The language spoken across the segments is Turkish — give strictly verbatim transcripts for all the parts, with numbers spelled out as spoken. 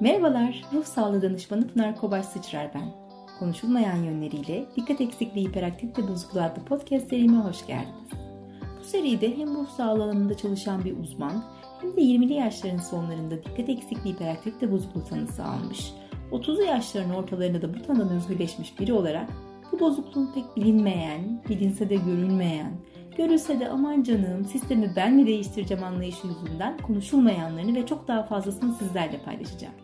Merhabalar, ruh sağlığı danışmanı Pınar Kobaş Sıçrar ben. Konuşulmayan yönleriyle Dikkat Eksikliği Hiperaktif ve Bozukluğu adlı podcast serime hoş geldiniz. Bu seride hem ruh sağlığı alanında çalışan bir uzman hem de yirmili yaşların sonlarında dikkat eksikliği hiperaktif ve bozukluğu tanısı almış, otuzlu yaşların ortalarında da bu tanıdan özgürleşmiş biri olarak bu bozukluğun pek bilinmeyen, bilinse de görülmeyen, görülse de aman canım sistemi ben mi değiştireceğim anlayışı yüzünden konuşulmayanlarını ve çok daha fazlasını sizlerle paylaşacağım.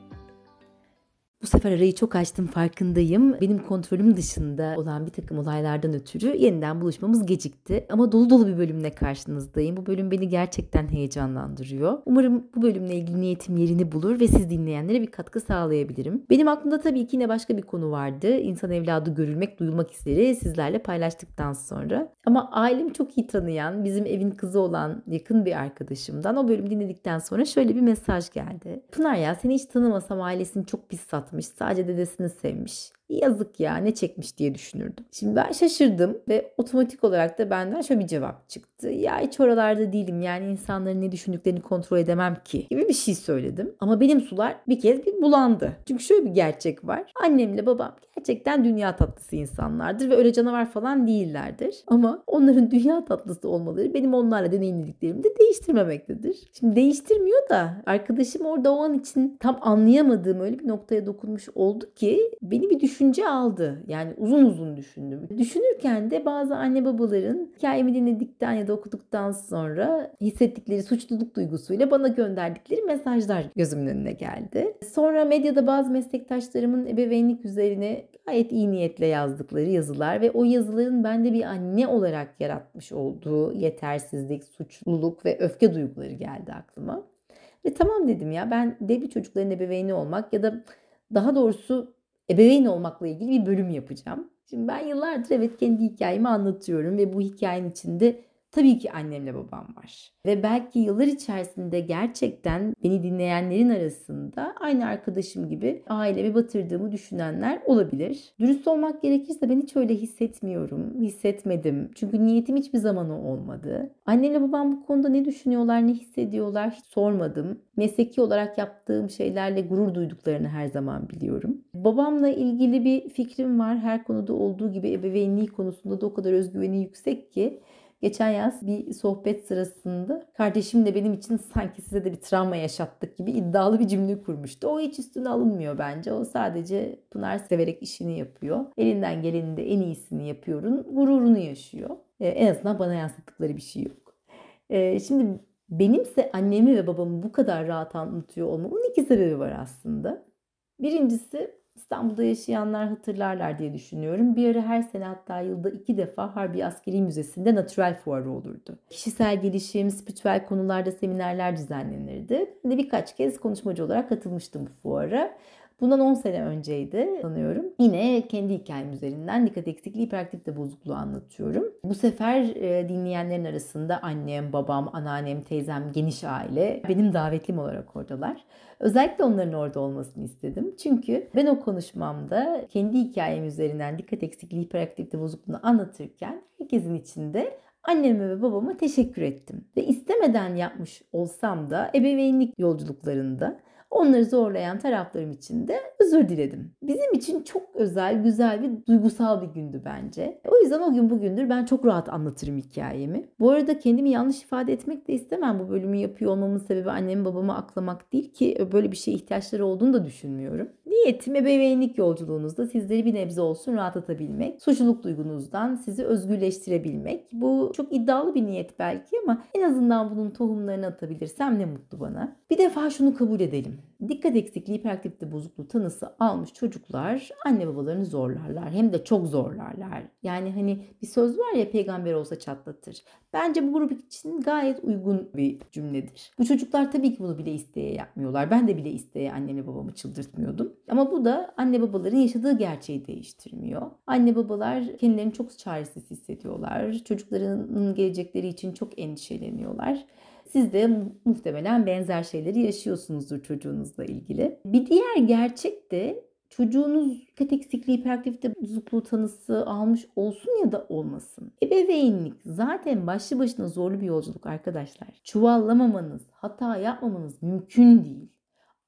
Bu sefer arayı çok açtım, farkındayım. Benim kontrolüm dışında olan bir takım olaylardan ötürü yeniden buluşmamız gecikti. Ama dolu dolu bir bölümle karşınızdayım. Bu bölüm beni gerçekten heyecanlandırıyor. Umarım bu bölümle ilgili niyetim yerini bulur ve siz dinleyenlere bir katkı sağlayabilirim. Benim aklımda tabii ki yine başka bir konu vardı. İnsan evladı görülmek, duyulmak hisleri sizlerle paylaştıktan sonra. Ama ailemi çok iyi tanıyan, bizim evin kızı olan yakın bir arkadaşımdan o bölümü dinledikten sonra şöyle bir mesaj geldi. Pınar ya seni hiç tanımasam ailesini çok pis satmış. Sadece dedesini sevmiş. Yazık ya ne çekmiş diye düşünürdüm. Şimdi ben şaşırdım ve otomatik olarak da benden şöyle bir cevap çıktı. Ya hiç oralarda değilim yani insanların ne düşündüklerini kontrol edemem ki gibi bir şey söyledim. Ama benim sular bir kez bir bulandı. Çünkü şöyle bir gerçek var. Annemle babam gerçekten dünya tatlısı insanlardır ve öyle canavar falan değillerdir. Ama onların dünya tatlısı olmaları benim onlarla deneyimlediklerimi de değiştirmemektedir. Şimdi değiştirmiyor da arkadaşım orada o an için tam anlayamadığım öyle bir noktaya dokunmuş oldu ki beni bir düşün Düşünce aldı. Yani uzun uzun düşündüm. Düşünürken de bazı anne babaların hikayemi dinledikten ya da okuduktan sonra hissettikleri suçluluk duygusuyla bana gönderdikleri mesajlar gözümün önüne geldi. Sonra medyada bazı meslektaşlarımın ebeveynlik üzerine gayet iyi niyetle yazdıkları yazılar ve o yazıların bende bir anne olarak yaratmış olduğu yetersizlik, suçluluk ve öfke duyguları geldi aklıma. Ve tamam dedim ya ben de bir çocukların ebeveyni olmak ya da daha doğrusu ebeveyn olmakla ilgili bir bölüm yapacağım. Şimdi ben yıllardır evet kendi hikayemi anlatıyorum ve bu hikayenin içinde tabii ki annemle babam var. Ve belki yıllar içerisinde gerçekten beni dinleyenlerin arasında aynı arkadaşım gibi ailemi batırdığımı düşünenler olabilir. Dürüst olmak gerekirse ben hiç öyle hissetmiyorum, hissetmedim. Çünkü niyetim hiçbir zaman o olmadı. Annemle babam bu konuda ne düşünüyorlar, ne hissediyorlar hiç sormadım. Mesleki olarak yaptığım şeylerle gurur duyduklarını her zaman biliyorum. Babamla ilgili bir fikrim var. Her konuda olduğu gibi ebeveynliği konusunda da o kadar özgüveni yüksek ki geçen yaz bir sohbet sırasında kardeşim de benim için sanki size de bir travma yaşattık gibi iddialı bir cümle kurmuştu. O hiç üstüne alınmıyor bence. O sadece Pınar severek işini yapıyor. Elinden gelenin de en iyisini yapıyorum. Gururunu yaşıyor. Ee, en azından bana yansıttıkları bir şey yok. Ee, şimdi benimse annemi ve babamı bu kadar rahat anlatıyor olmamın iki sebebi var aslında. Birincisi İstanbul'da yaşayanlar hatırlarlar diye düşünüyorum. Bir ara her sene hatta yılda iki defa Harbiye Askeri Müzesi'nde natürel fuarı olurdu. Kişisel gelişim, spiritüel konularda seminerler düzenlenirdi. Ben de birkaç kez konuşmacı olarak katılmıştım bu fuara. Bundan on sene önceydi sanıyorum. Yine kendi hikayem üzerinden dikkat eksikliği hiperaktif ve bozukluğu anlatıyorum. Bu sefer e, dinleyenlerin arasında annem, babam, anneannem, teyzem, geniş aile benim davetlim olarak oradalar. Özellikle onların orada olmasını istedim. Çünkü ben o konuşmamda kendi hikayem üzerinden dikkat eksikliği hiperaktif ve bozukluğunu anlatırken herkesin içinde anneme ve babama teşekkür ettim. Ve istemeden yapmış olsam da ebeveynlik yolculuklarında onları zorlayan taraflarım için de özür diledim. Bizim için çok özel, güzel bir duygusal bir gündü bence. O yüzden o gün bugündür ben çok rahat anlatırım hikayemi. Bu arada kendimi yanlış ifade etmek de istemem. Bu bölümü yapıyor olmamın sebebi annemi babamı aklamak değil ki böyle bir şeye ihtiyaçları olduğunu da düşünmüyorum. Niyetim ebeveynlik yolculuğunuzda sizleri bir nebze olsun rahatlatabilmek, suçluluk duygunuzdan sizi özgürleştirebilmek. Bu çok iddialı bir niyet belki ama en azından bunun tohumlarını atabilirsem ne mutlu bana. Bir defa şunu kabul edelim. Dikkat eksikliği hiperaktifite bozukluğu tanısı almış çocuklar anne babalarını zorlarlar. Hem de çok zorlarlar. Yani hani bir söz var ya peygamber olsa çatlatır. Bence bu grup için gayet uygun bir cümledir. Bu çocuklar tabii ki bunu bile isteye yapmıyorlar. Ben de bile isteye annemle babamı çıldırtmıyordum. Ama bu da anne babaların yaşadığı gerçeği değiştirmiyor. Anne babalar kendilerini çok çaresiz hissediyorlar. Çocuklarının gelecekleri için çok endişeleniyorlar. Siz de muhtemelen benzer şeyleri yaşıyorsunuzdur çocuğunuzla ilgili. Bir diğer gerçek de çocuğunuz dikkat eksikliği, hiperaktivite bozukluğu tanısı almış olsun ya da olmasın. Ebeveynlik zaten başlı başına zorlu bir yolculuk arkadaşlar. Çuvallamamanız, hata yapmamanız mümkün değil.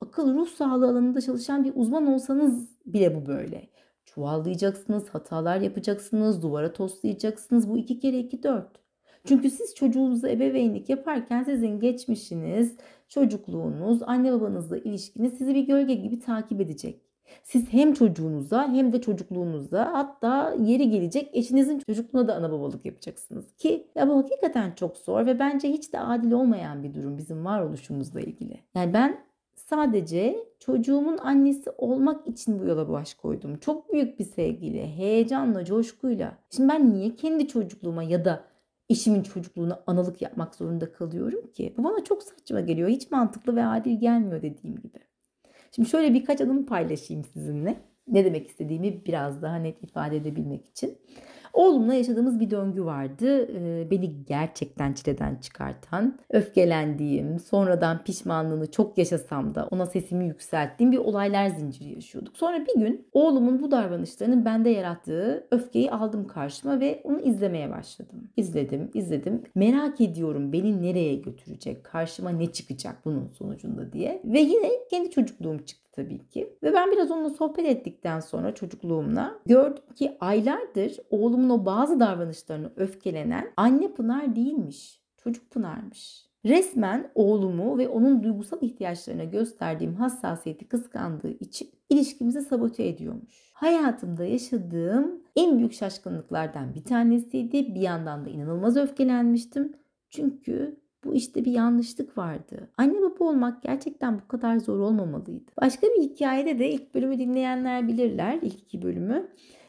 akıl ruh sağlığı alanında çalışan bir uzman olsanız bile bu böyle. Çuvallayacaksınız, hatalar yapacaksınız, duvara toslayacaksınız. Bu iki kere iki dört. Çünkü siz çocuğunuza ebeveynlik yaparken sizin geçmişiniz, çocukluğunuz, anne babanızla ilişkiniz sizi bir gölge gibi takip edecek. Siz hem çocuğunuza hem de çocukluğunuza, hatta yeri gelecek eşinizin çocukluğuna da ana babalık yapacaksınız. Ki ya bu hakikaten çok zor ve bence hiç de adil olmayan bir durum bizim varoluşumuzla ilgili. Yani ben sadece çocuğumun annesi olmak için bu yola baş koydum. Çok büyük bir sevgiyle, heyecanla, coşkuyla. Şimdi ben niye kendi çocukluğuma ya da eşimin çocukluğuna analık yapmak zorunda kalıyorum ki? Bu bana çok saçma geliyor. Hiç mantıklı ve adil gelmiyor dediğim gibi. Şimdi şöyle birkaç adım paylaşayım sizinle. Ne demek istediğimi biraz daha net ifade edebilmek için. Oğlumla yaşadığımız bir döngü vardı. Beni gerçekten çileden çıkartan, öfkelendiğim, sonradan pişmanlığını çok yaşasam da ona sesimi yükselttiğim bir olaylar zinciri yaşıyorduk. Sonra bir gün oğlumun bu davranışlarının bende yarattığı öfkeyi aldım karşıma ve onu izlemeye başladım. İzledim, izledim. Merak ediyorum beni nereye götürecek, karşıma ne çıkacak bunun sonucunda diye. Ve yine kendi çocukluğum çıktı tabii ki. Ve ben biraz onunla sohbet ettikten sonra çocukluğumla gördüm ki aylardır oğlumun o bazı davranışlarını öfkelenen anne Pınar değilmiş, çocuk Pınar'mış. Resmen oğlumu ve onun duygusal ihtiyaçlarına gösterdiğim hassasiyeti kıskandığı için ilişkimizi sabote ediyormuş. Hayatımda yaşadığım en büyük şaşkınlıklardan bir tanesiydi. Bir yandan da inanılmaz öfkelenmiştim. Çünkü bu işte bir yanlışlık vardı. Anne baba olmak gerçekten bu kadar zor olmamalıydı. Başka bir hikayede de ilk bölümü dinleyenler bilirler, ilk iki bölümü.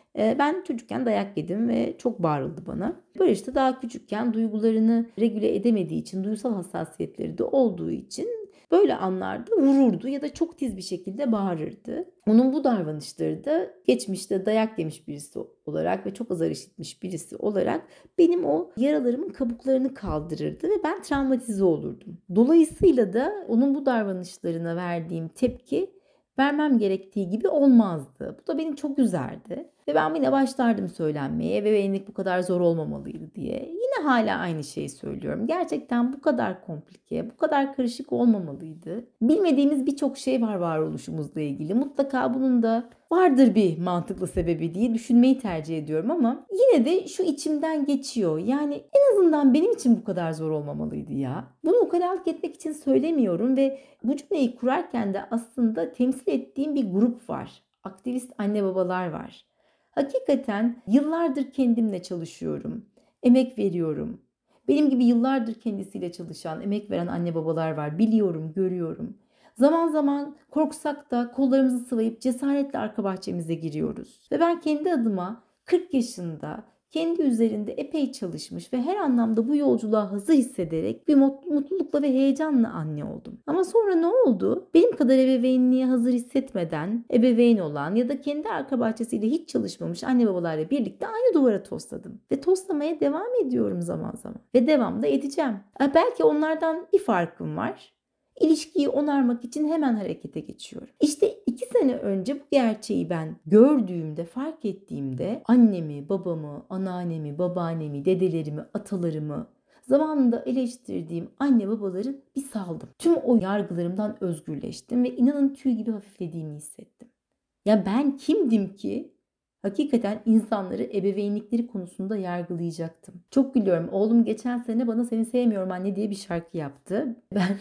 Ben çocukken dayak yedim ve çok bağırıldı bana. Böyle işte daha küçükken duygularını regüle edemediği için, duygusal hassasiyetleri de olduğu için böyle anlarda vururdu ya da çok tiz bir şekilde bağırırdı. Onun bu davranışları da geçmişte dayak yemiş birisi olarak ve çok azar işitmiş birisi olarak benim o yaralarımın kabuklarını kaldırırdı ve ben travmatize olurdum. Dolayısıyla da onun bu davranışlarına verdiğim tepki vermem gerektiği gibi olmazdı. Bu da beni çok üzerdi. Ve ben yine başlardım söylenmeye, ebeveynlik bu kadar zor olmamalıydı diye. Yine hala aynı şeyi söylüyorum. Gerçekten bu kadar komplike, bu kadar karışık olmamalıydı. Bilmediğimiz birçok şey var varoluşumuzla ilgili. Mutlaka bunun da vardır bir mantıklı sebebi diye düşünmeyi tercih ediyorum ama yine de şu içimden geçiyor. Yani en azından benim için bu kadar zor olmamalıydı ya. Bunu ukalalık etmek için söylemiyorum ve bu cümleyi kurarken de aslında temsil ettiğim bir grup var. Aktivist anne babalar var. Hakikaten yıllardır kendimle çalışıyorum, emek veriyorum. Benim gibi yıllardır kendisiyle çalışan, emek veren anne babalar var. Biliyorum, görüyorum. Zaman zaman korksak da kollarımızı sıvayıp cesaretle arka bahçemize giriyoruz. Ve ben kendi adıma kırk yaşında kendi üzerinde epey çalışmış ve her anlamda bu yolculuğa hazır hissederek bir mutlulukla ve heyecanla anne oldum. Ama sonra ne oldu? Benim kadar ebeveynliğe hazır hissetmeden ebeveyn olan ya da kendi arka bahçesiyle hiç çalışmamış anne babalarla birlikte aynı duvara tosladım. Ve toslamaya devam ediyorum zaman zaman. Ve devam da edeceğim. Belki onlardan bir farkım var. İlişkiyi onarmak için hemen harekete geçiyorum. İşte iki sene önce bu gerçeği ben gördüğümde, fark ettiğimde annemi, babamı, anneannemi, babaannemi, dedelerimi, atalarımı, zamanında eleştirdiğim anne babaları bir saldım. Tüm o yargılarımdan özgürleştim ve inanın tüy gibi hafiflediğimi hissettim. Ya ben kimdim ki hakikaten insanları ebeveynlikleri konusunda yargılayacaktım. Çok gülüyorum. Oğlum geçen sene bana "Seni sevmiyorum anne" diye bir şarkı yaptı. Ben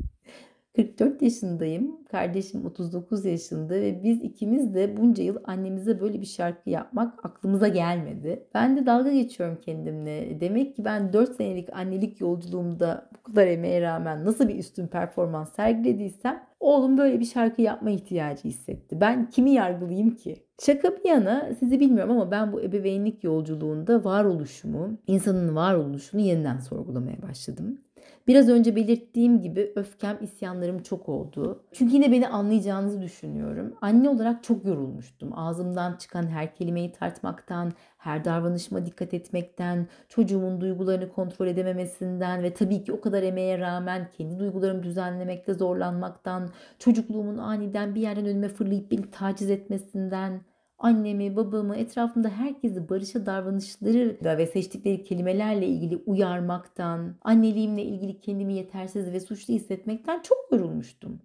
kırk dört yaşındayım. Kardeşim otuz dokuz yaşında ve biz ikimiz de bunca yıl annemize böyle bir şarkı yapmak aklımıza gelmedi. Ben de dalga geçiyorum kendimle. Demek ki ben dört senelik annelik yolculuğumda bu kadar emeğe rağmen nasıl bir üstün performans sergilediysem oğlum böyle bir şarkı yapma ihtiyacı hissetti. Ben kimi yargılayayım ki? Şaka bir yana sizi bilmiyorum ama ben bu ebeveynlik yolculuğunda varoluşumu, insanın varoluşunu yeniden sorgulamaya başladım. Biraz önce belirttiğim gibi öfkem, isyanlarım çok oldu. Çünkü yine beni anlayacağınızı düşünüyorum. Anne olarak çok yorulmuştum. Ağzımdan çıkan her kelimeyi tartmaktan, her davranışıma dikkat etmekten, çocuğumun duygularını kontrol edememesinden ve tabii ki o kadar emeğe rağmen kendi duygularımı düzenlemekte zorlanmaktan, çocukluğumun aniden bir yerden önüme fırlayıp beni taciz etmesinden, annemi, babamı, etrafımda herkesi barışa davranışları ve seçtikleri kelimelerle ilgili uyarmaktan, anneliğimle ilgili kendimi yetersiz ve suçlu hissetmekten çok yorulmuştum.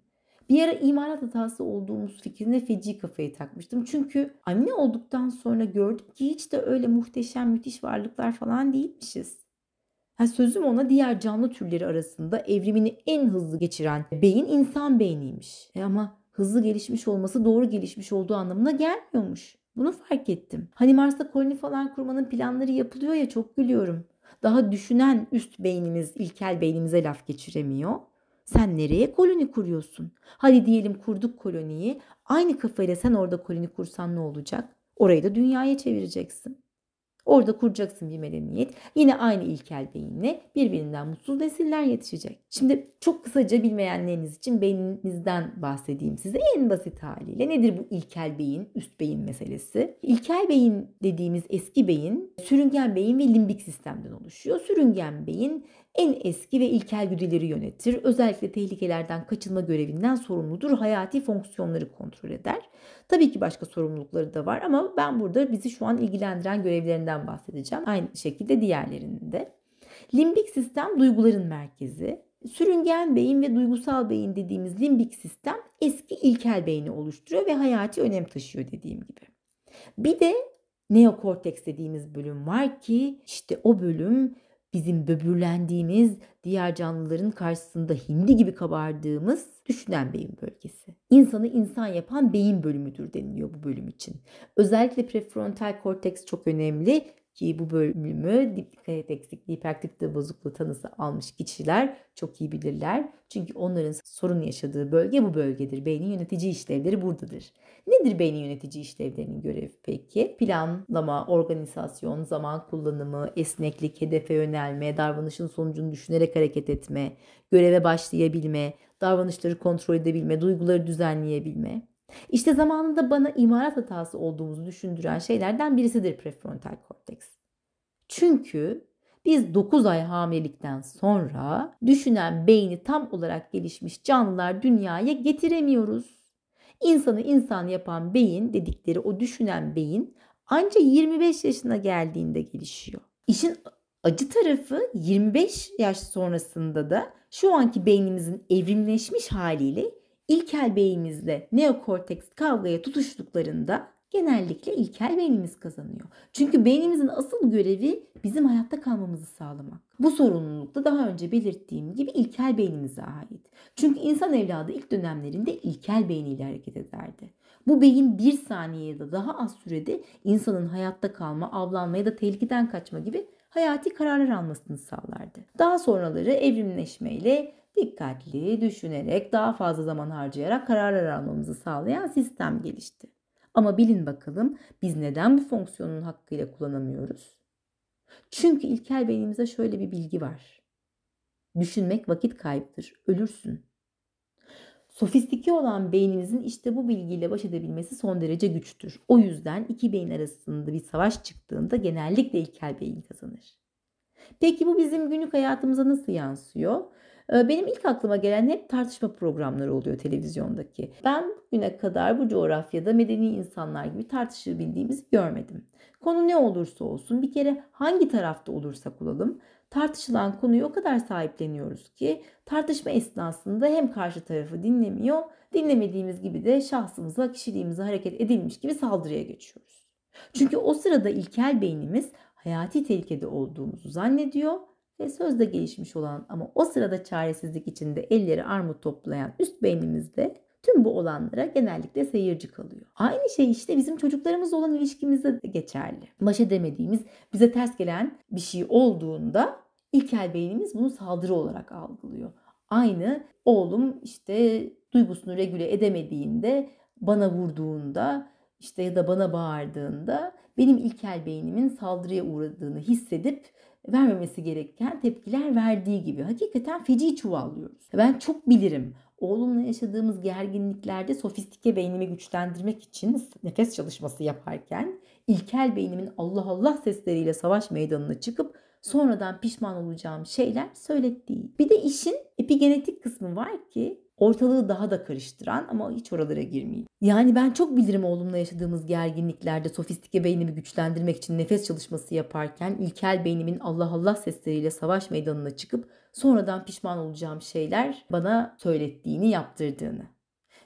Bir ara imalat hatası olduğumuz fikrine feci kafayı takmıştım. Çünkü anne olduktan sonra gördüm ki hiç de öyle muhteşem, müthiş varlıklar falan değilmişiz. Ha, sözüm ona diğer canlı türleri arasında evrimini en hızlı geçiren beyin insan beyniymiş. E ama hızlı gelişmiş olması doğru gelişmiş olduğu anlamına gelmiyormuş. Bunu fark ettim. Hani Mars'ta koloni falan kurmanın planları yapılıyor ya, çok gülüyorum. Daha düşünen üst beynimiz, ilkel beynimize laf geçiremiyor. Sen nereye koloni kuruyorsun? Hadi diyelim kurduk koloniyi. Aynı kafayla sen orada koloni kursan ne olacak? Orayı da dünyaya çevireceksin. Orada kuracaksın bir medeniyet. Yine aynı ilkel beyinle birbirinden mutsuz nesiller yetişecek. Şimdi çok kısaca bilmeyenleriniz için beyninizden bahsedeyim size en basit haliyle. Nedir bu ilkel beyin, üst beyin meselesi? İlkel beyin dediğimiz eski beyin, sürüngen beyin ve limbik sistemden oluşuyor. Sürüngen beyin en eski ve ilkel güdüleri yönetir. Özellikle tehlikelerden kaçınma görevinden sorumludur. Hayati fonksiyonları kontrol eder. Tabii ki başka sorumlulukları da var ama ben burada bizi şu an ilgilendiren görevlerinden bahsedeceğim. Aynı şekilde diğerlerinin de. Limbik sistem duyguların merkezi. Sürüngen beyin ve duygusal beyin dediğimiz limbik sistem eski ilkel beyni oluşturuyor ve hayati önem taşıyor dediğim gibi. Bir de neokorteks dediğimiz bölüm var ki işte o bölüm bizim böbürlendiğimiz, diğer canlıların karşısında hindi gibi kabardığımız düşünen beyin bölgesi. İnsanı insan yapan beyin bölümüdür deniliyor bu bölüm için. Özellikle prefrontal korteks çok önemli ki bu bölümü dikkat eksikliği, hiperaktifite bozukluğu tanısı almış kişiler çok iyi bilirler. Çünkü onların sorun yaşadığı bölge bu bölgedir. Beynin yönetici işlevleri buradadır. Nedir beynin yönetici işlevlerinin görevi peki? Planlama, organizasyon, zaman kullanımı, esneklik, hedefe yönelme, davranışın sonucunu düşünerek hareket etme, göreve başlayabilme, davranışları kontrol edebilme, duyguları düzenleyebilme. İşte zamanında bana imalat hatası olduğumuzu düşündüren şeylerden birisidir prefrontal korteks. Çünkü biz dokuz ay hamilelikten sonra düşünen beyni tam olarak gelişmiş canlılar dünyaya getiremiyoruz. İnsanı insan yapan beyin dedikleri o düşünen beyin ancak yirmi beş yaşına geldiğinde gelişiyor. İşin acı tarafı yirmi beş yaş sonrasında da şu anki beynimizin evrimleşmiş haliyle ilkel beynimizle neokorteks kavgaya tutuştuklarında genellikle ilkel beynimiz kazanıyor. Çünkü beynimizin asıl görevi bizim hayatta kalmamızı sağlamak. Bu sorumluluk da daha önce belirttiğim gibi ilkel beynimize ait. Çünkü insan evladı ilk dönemlerinde ilkel beyniyle hareket ederdi. Bu beyin bir saniye ya da daha az sürede insanın hayatta kalma, avlanma ya da tehlikeden kaçma gibi hayati kararlar almasını sağlardı. Daha sonraları evrimleşmeyle dikkatli, düşünerek, daha fazla zaman harcayarak kararlar almamızı sağlayan sistem gelişti. Ama bilin bakalım biz neden bu fonksiyonun hakkıyla kullanamıyoruz? Çünkü ilkel beynimize şöyle bir bilgi var. Düşünmek vakit kaybıdır, ölürsün. Sofistike olan beynimizin işte bu bilgiyle baş edebilmesi son derece güçtür. O yüzden iki beyin arasında bir savaş çıktığında genellikle ilkel beyin kazanır. Peki bu bizim günlük hayatımıza nasıl yansıyor? Benim ilk aklıma gelen hep tartışma programları oluyor televizyondaki. Ben bugüne kadar bu coğrafyada medeni insanlar gibi tartışabildiğimizi görmedim. Konu ne olursa olsun, bir kere hangi tarafta olursak olalım, tartışılan konuyu o kadar sahipleniyoruz ki tartışma esnasında hem karşı tarafı dinlemiyor, dinlemediğimiz gibi de şahsımıza, kişiliğimize hareket edilmiş gibi saldırıya geçiyoruz. Çünkü o sırada ilkel beynimiz hayati tehlikede olduğumuzu zannediyor ve sözde gelişmiş olan ama o sırada çaresizlik içinde elleri armut toplayan üst beynimizde tüm bu olanlara genellikle seyirci kalıyor. Aynı şey işte bizim çocuklarımızla olan ilişkimizde de geçerli. Baş edemediğimiz, bize ters gelen bir şey olduğunda ilkel beynimiz bunu saldırı olarak algılıyor. Aynı oğlum işte duygusunu regüle edemediğinde, bana vurduğunda, işte ya da bana bağırdığında benim ilkel beynimin saldırıya uğradığını hissedip vermemesi gereken tepkiler verdiği gibi hakikaten feci çuvallıyoruz. Ben çok bilirim. Oğlumla yaşadığımız gerginliklerde sofistike beynimi güçlendirmek için nefes çalışması yaparken ilkel beynimin Allah Allah sesleriyle savaş meydanına çıkıp sonradan pişman olacağım şeyler söylettiği. Bir de işin epigenetik kısmı var ki ortalığı daha da karıştıran, ama hiç oralara girmeyeyim. Yani ben çok bilirim oğlumla yaşadığımız gerginliklerde sofistike beynimi güçlendirmek için nefes çalışması yaparken ilkel beynimin Allah Allah sesleriyle savaş meydanına çıkıp sonradan pişman olacağım şeyler bana söylettiğini, yaptırdığını.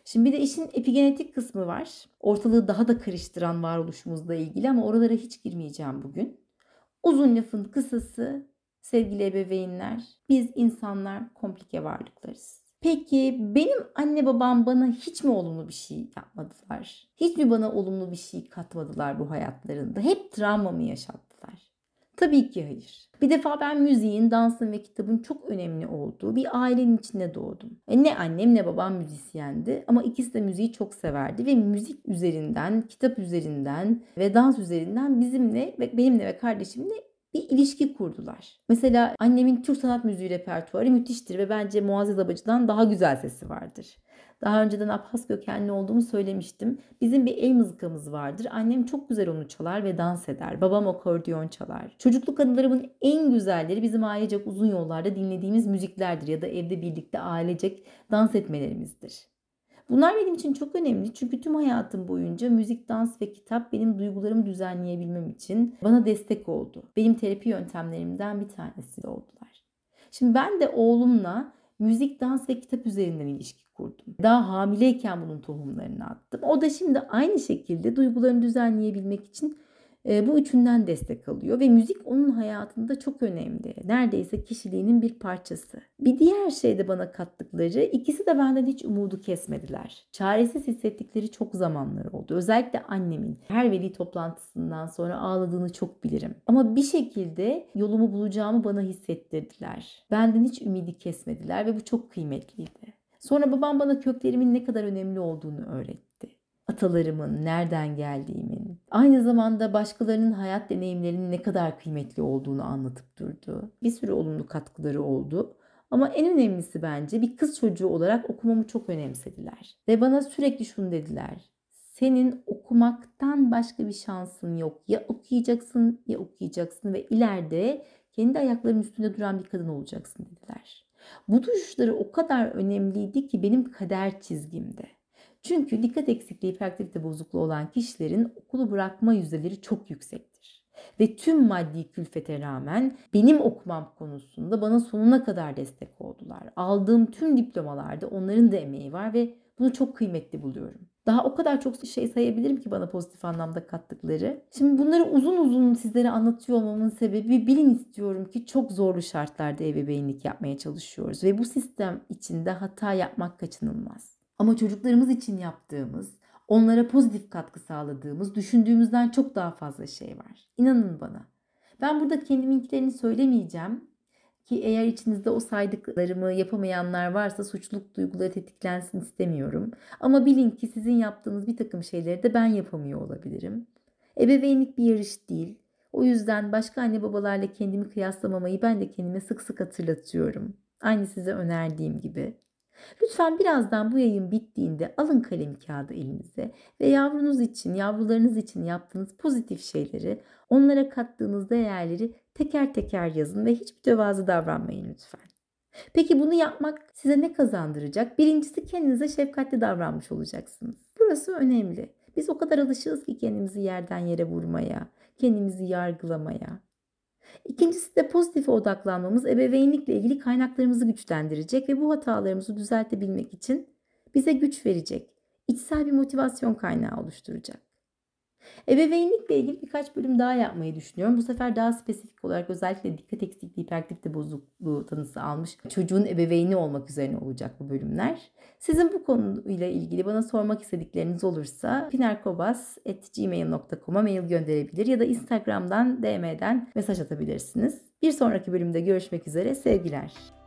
Şimdi bir de işin epigenetik kısmı var. Ortalığı daha da karıştıran varoluşumuzla ilgili ama oralara hiç girmeyeceğim bugün. Uzun lafın kısası sevgili ebeveynler, biz insanlar komplike varlıklarız. Peki benim anne babam bana hiç mi olumlu bir şey yapmadılar? Hiç mi bana olumlu bir şey katmadılar bu hayatlarında? Hep travma mı yaşattılar? Tabii ki hayır. Bir defa ben müziğin, dansın ve kitabın çok önemli olduğu bir ailenin içinde doğdum. E ne annem ne babam müzisyendi ama ikisi de müziği çok severdi ve müzik üzerinden, kitap üzerinden ve dans üzerinden bizimle ve benimle ve kardeşimle bir ilişki kurdular. Mesela annemin Türk sanat müziği repertuarı müthiştir ve bence Muazzez Abacı'dan daha güzel sesi vardır. Daha önceden Abhaz kökenli olduğumu söylemiştim. Bizim bir el mızıkamız vardır. Annem çok güzel onu çalar ve dans eder. Babam akordeon çalar. Çocukluk anılarımın en güzelleri bizim ailecek uzun yollarda dinlediğimiz müziklerdir ya da evde birlikte ailecek dans etmelerimizdir. Bunlar benim için çok önemli çünkü tüm hayatım boyunca müzik, dans ve kitap benim duygularımı düzenleyebilmem için bana destek oldu. Benim terapi yöntemlerimden bir tanesi de oldular. Şimdi ben de oğlumla müzik, dans ve kitap üzerinden ilişki kurdum. Daha hamileyken bunun tohumlarını attım. O da şimdi aynı şekilde duygularını düzenleyebilmek için bu üçünden destek alıyor ve müzik onun hayatında çok önemli. Neredeyse kişiliğinin bir parçası. Bir diğer şey de bana kattıkları, ikisi de benden hiç umudu kesmediler. Çaresiz hissettikleri çok zamanlar oldu. Özellikle annemin her veli toplantısından sonra ağladığını çok bilirim. Ama bir şekilde yolumu bulacağımı bana hissettirdiler. Benden hiç ümidi kesmediler ve bu çok kıymetliydi. Sonra babam bana köklerimin ne kadar önemli olduğunu öğretti. Atalarımın, nereden geldiğimin, aynı zamanda başkalarının hayat deneyimlerinin ne kadar kıymetli olduğunu anlatıp durdu. Bir sürü olumlu katkıları oldu. Ama en önemlisi bence bir kız çocuğu olarak okumamı çok önemsediler. Ve bana sürekli şunu dediler. Senin okumaktan başka bir şansın yok. Ya okuyacaksın ya okuyacaksın ve ileride kendi ayaklarının üstünde duran bir kadın olacaksın dediler. Bu duruşları o kadar önemliydi ki benim kader çizgimde. Çünkü dikkat eksikliği, hiperaktivite bozukluğu olan kişilerin okulu bırakma yüzdeleri çok yüksektir. Ve tüm maddi külfete rağmen benim okumam konusunda bana sonuna kadar destek oldular. Aldığım tüm diplomalarda onların da emeği var ve bunu çok kıymetli buluyorum. Daha o kadar çok şey sayabilirim ki bana pozitif anlamda kattıkları. Şimdi bunları uzun uzun sizlere anlatıyor olmamın sebebi bilin istiyorum ki çok zorlu şartlarda ebeveynlik yapmaya çalışıyoruz. Ve bu sistem içinde hata yapmak kaçınılmaz. Ama çocuklarımız için yaptığımız, onlara pozitif katkı sağladığımız, düşündüğümüzden çok daha fazla şey var. İnanın bana. Ben burada kendiminkilerini söylemeyeceğim ki eğer içinizde o saydıklarımı yapamayanlar varsa suçluluk duyguları tetiklensin istemiyorum. Ama bilin ki sizin yaptığınız bir takım şeyleri de ben yapamıyor olabilirim. Ebeveynlik bir yarış değil. O yüzden başka anne babalarla kendimi kıyaslamamayı ben de kendime sık sık hatırlatıyorum. Aynı size önerdiğim gibi. Lütfen birazdan bu yayın bittiğinde alın kalem kağıdı elinize ve yavrunuz için, yavrularınız için yaptığınız pozitif şeyleri, onlara kattığınız değerleri teker teker yazın ve hiç mütevazı davranmayın lütfen. Peki bunu yapmak size ne kazandıracak? Birincisi kendinize şefkatli davranmış olacaksınız. Burası önemli. Biz o kadar alışığız ki kendimizi yerden yere vurmaya, kendimizi yargılamaya. İkincisi de pozitife odaklanmamız ebeveynlikle ilgili kaynaklarımızı güçlendirecek ve bu hatalarımızı düzeltebilmek için bize güç verecek, içsel bir motivasyon kaynağı oluşturacak. Ebeveynlikle ilgili birkaç bölüm daha yapmayı düşünüyorum. Bu sefer daha spesifik olarak özellikle dikkat eksikliği, hiperaktivite bozukluğu tanısı almış çocuğun ebeveyni olmak üzerine olacak bu bölümler. Sizin bu konuyla ilgili bana sormak istedikleriniz olursa pinerkobas at gmail nokta com'a mail gönderebilir ya da Instagram'dan D M'den mesaj atabilirsiniz. Bir sonraki bölümde görüşmek üzere, sevgiler.